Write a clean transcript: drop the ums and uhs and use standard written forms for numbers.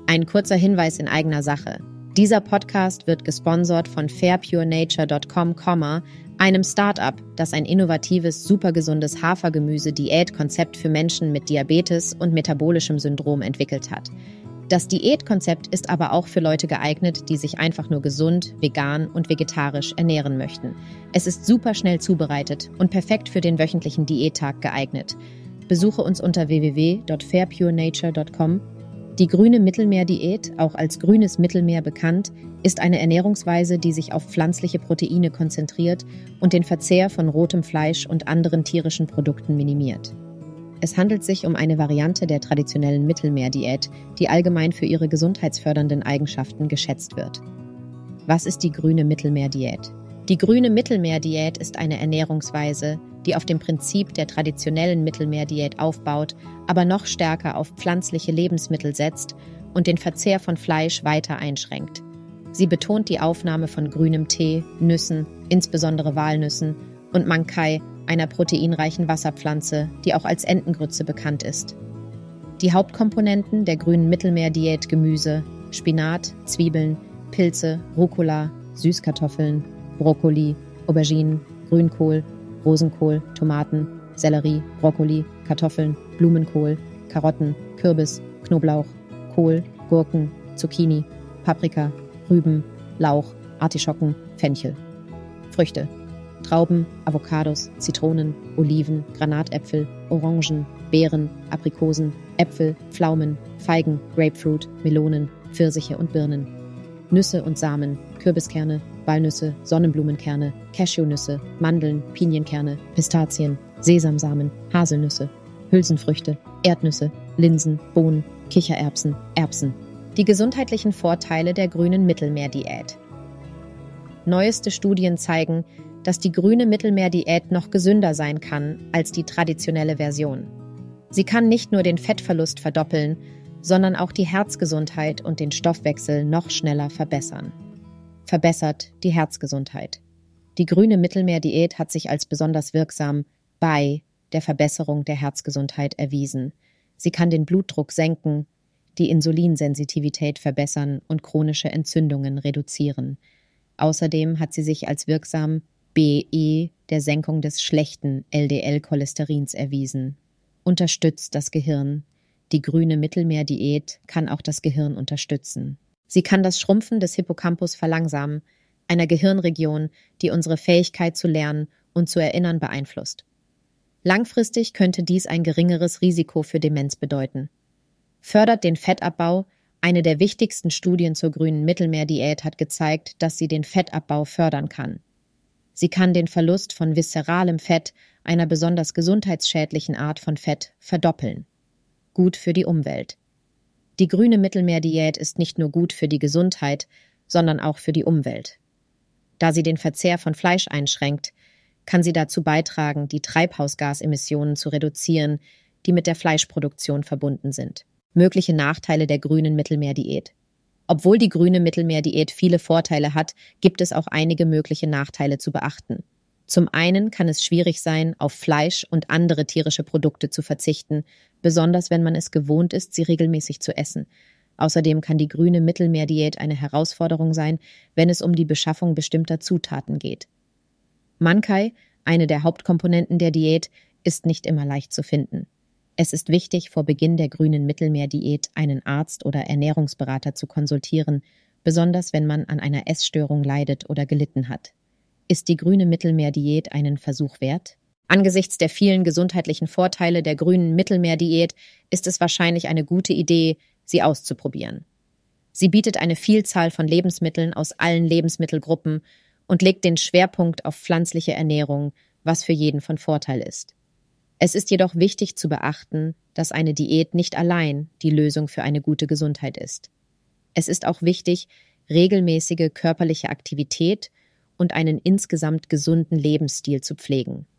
Ein kurzer Hinweis in eigener Sache. Dieser Podcast wird gesponsert von fairpurenature.com, einem Startup, das ein innovatives, supergesundes Hafergemüse-Diätkonzept für Menschen mit Diabetes und metabolischem Syndrom entwickelt hat. Das Diätkonzept ist aber auch für Leute geeignet, die sich einfach nur gesund, vegan und vegetarisch ernähren möchten. Es ist super schnell zubereitet und perfekt für den wöchentlichen Diättag geeignet. Besuche uns unter www.fairpurenature.com. Die grüne Mittelmeerdiät, auch als grünes Mittelmeer bekannt, ist eine Ernährungsweise, die sich auf pflanzliche Proteine konzentriert und den Verzehr von rotem Fleisch und anderen tierischen Produkten minimiert. Es handelt sich um eine Variante der traditionellen Mittelmeerdiät, die allgemein für ihre gesundheitsfördernden Eigenschaften geschätzt wird. Was ist die grüne Mittelmeerdiät? Die grüne Mittelmeerdiät ist eine Ernährungsweise, die auf dem Prinzip der traditionellen Mittelmeerdiät aufbaut, aber noch stärker auf pflanzliche Lebensmittel setzt und den Verzehr von Fleisch weiter einschränkt. Sie betont die Aufnahme von grünem Tee, Nüssen, insbesondere Walnüssen, und Mankai, einer proteinreichen Wasserpflanze, die auch als Entengrütze bekannt ist. Die Hauptkomponenten der grünen Mittelmeerdiät: Gemüse, Spinat, Zwiebeln, Pilze, Rucola, Süßkartoffeln, Brokkoli, Auberginen, Grünkohl, Rosenkohl, Tomaten, Sellerie, Brokkoli, Kartoffeln, Blumenkohl, Karotten, Kürbis, Knoblauch, Kohl, Gurken, Zucchini, Paprika, Rüben, Lauch, Artischocken, Fenchel. Früchte: Trauben, Avocados, Zitronen, Oliven, Granatäpfel, Orangen, Beeren, Aprikosen, Äpfel, Pflaumen, Feigen, Grapefruit, Melonen, Pfirsiche und Birnen. Nüsse und Samen, Kürbiskerne, Walnüsse, Sonnenblumenkerne, Cashewnüsse, Mandeln, Pinienkerne, Pistazien, Sesamsamen, Haselnüsse, Hülsenfrüchte, Erdnüsse, Linsen, Bohnen, Kichererbsen, Erbsen. Die gesundheitlichen Vorteile der grünen Mittelmeerdiät. Neueste Studien zeigen, dass die grüne Mittelmeerdiät noch gesünder sein kann als die traditionelle Version. Sie kann nicht nur den Fettverlust verdoppeln, sondern auch die Herzgesundheit und den Stoffwechsel noch schneller verbessern. Verbessert die Herzgesundheit. Die grüne Mittelmeerdiät hat sich als besonders wirksam bei der Verbesserung der Herzgesundheit erwiesen. Sie kann den Blutdruck senken, die Insulinsensitivität verbessern und chronische Entzündungen reduzieren. Außerdem hat sie sich als wirksam der Senkung des schlechten LDL-Cholesterins erwiesen. Unterstützt das Gehirn. Die grüne Mittelmeerdiät kann auch das Gehirn unterstützen. Sie kann das Schrumpfen des Hippocampus verlangsamen, einer Gehirnregion, die unsere Fähigkeit zu lernen und zu erinnern beeinflusst. Langfristig könnte dies ein geringeres Risiko für Demenz bedeuten. Fördert den Fettabbau. Eine der wichtigsten Studien zur grünen Mittelmeerdiät hat gezeigt, dass sie den Fettabbau fördern kann. Sie kann den Verlust von viszeralem Fett, einer besonders gesundheitsschädlichen Art von Fett, verdoppeln. Gut für die Umwelt. Die grüne Mittelmeerdiät ist nicht nur gut für die Gesundheit, sondern auch für die Umwelt. Da sie den Verzehr von Fleisch einschränkt, kann sie dazu beitragen, die Treibhausgasemissionen zu reduzieren, die mit der Fleischproduktion verbunden sind. Mögliche Nachteile der grünen Mittelmeerdiät. Obwohl die grüne Mittelmeerdiät viele Vorteile hat, gibt es auch einige mögliche Nachteile zu beachten. Zum einen kann es schwierig sein, auf Fleisch und andere tierische Produkte zu verzichten, besonders wenn man es gewohnt ist, sie regelmäßig zu essen. Außerdem kann die grüne Mittelmeerdiät eine Herausforderung sein, wenn es um die Beschaffung bestimmter Zutaten geht. Mankai, eine der Hauptkomponenten der Diät, ist nicht immer leicht zu finden. Es ist wichtig, vor Beginn der grünen Mittelmeerdiät einen Arzt oder Ernährungsberater zu konsultieren, besonders wenn man an einer Essstörung leidet oder gelitten hat. Ist die grüne Mittelmeerdiät einen Versuch wert? Angesichts der vielen gesundheitlichen Vorteile der grünen Mittelmeerdiät ist es wahrscheinlich eine gute Idee, sie auszuprobieren. Sie bietet eine Vielzahl von Lebensmitteln aus allen Lebensmittelgruppen und legt den Schwerpunkt auf pflanzliche Ernährung, was für jeden von Vorteil ist. Es ist jedoch wichtig zu beachten, dass eine Diät nicht allein die Lösung für eine gute Gesundheit ist. Es ist auch wichtig, regelmäßige körperliche Aktivität und einen insgesamt gesunden Lebensstil zu pflegen.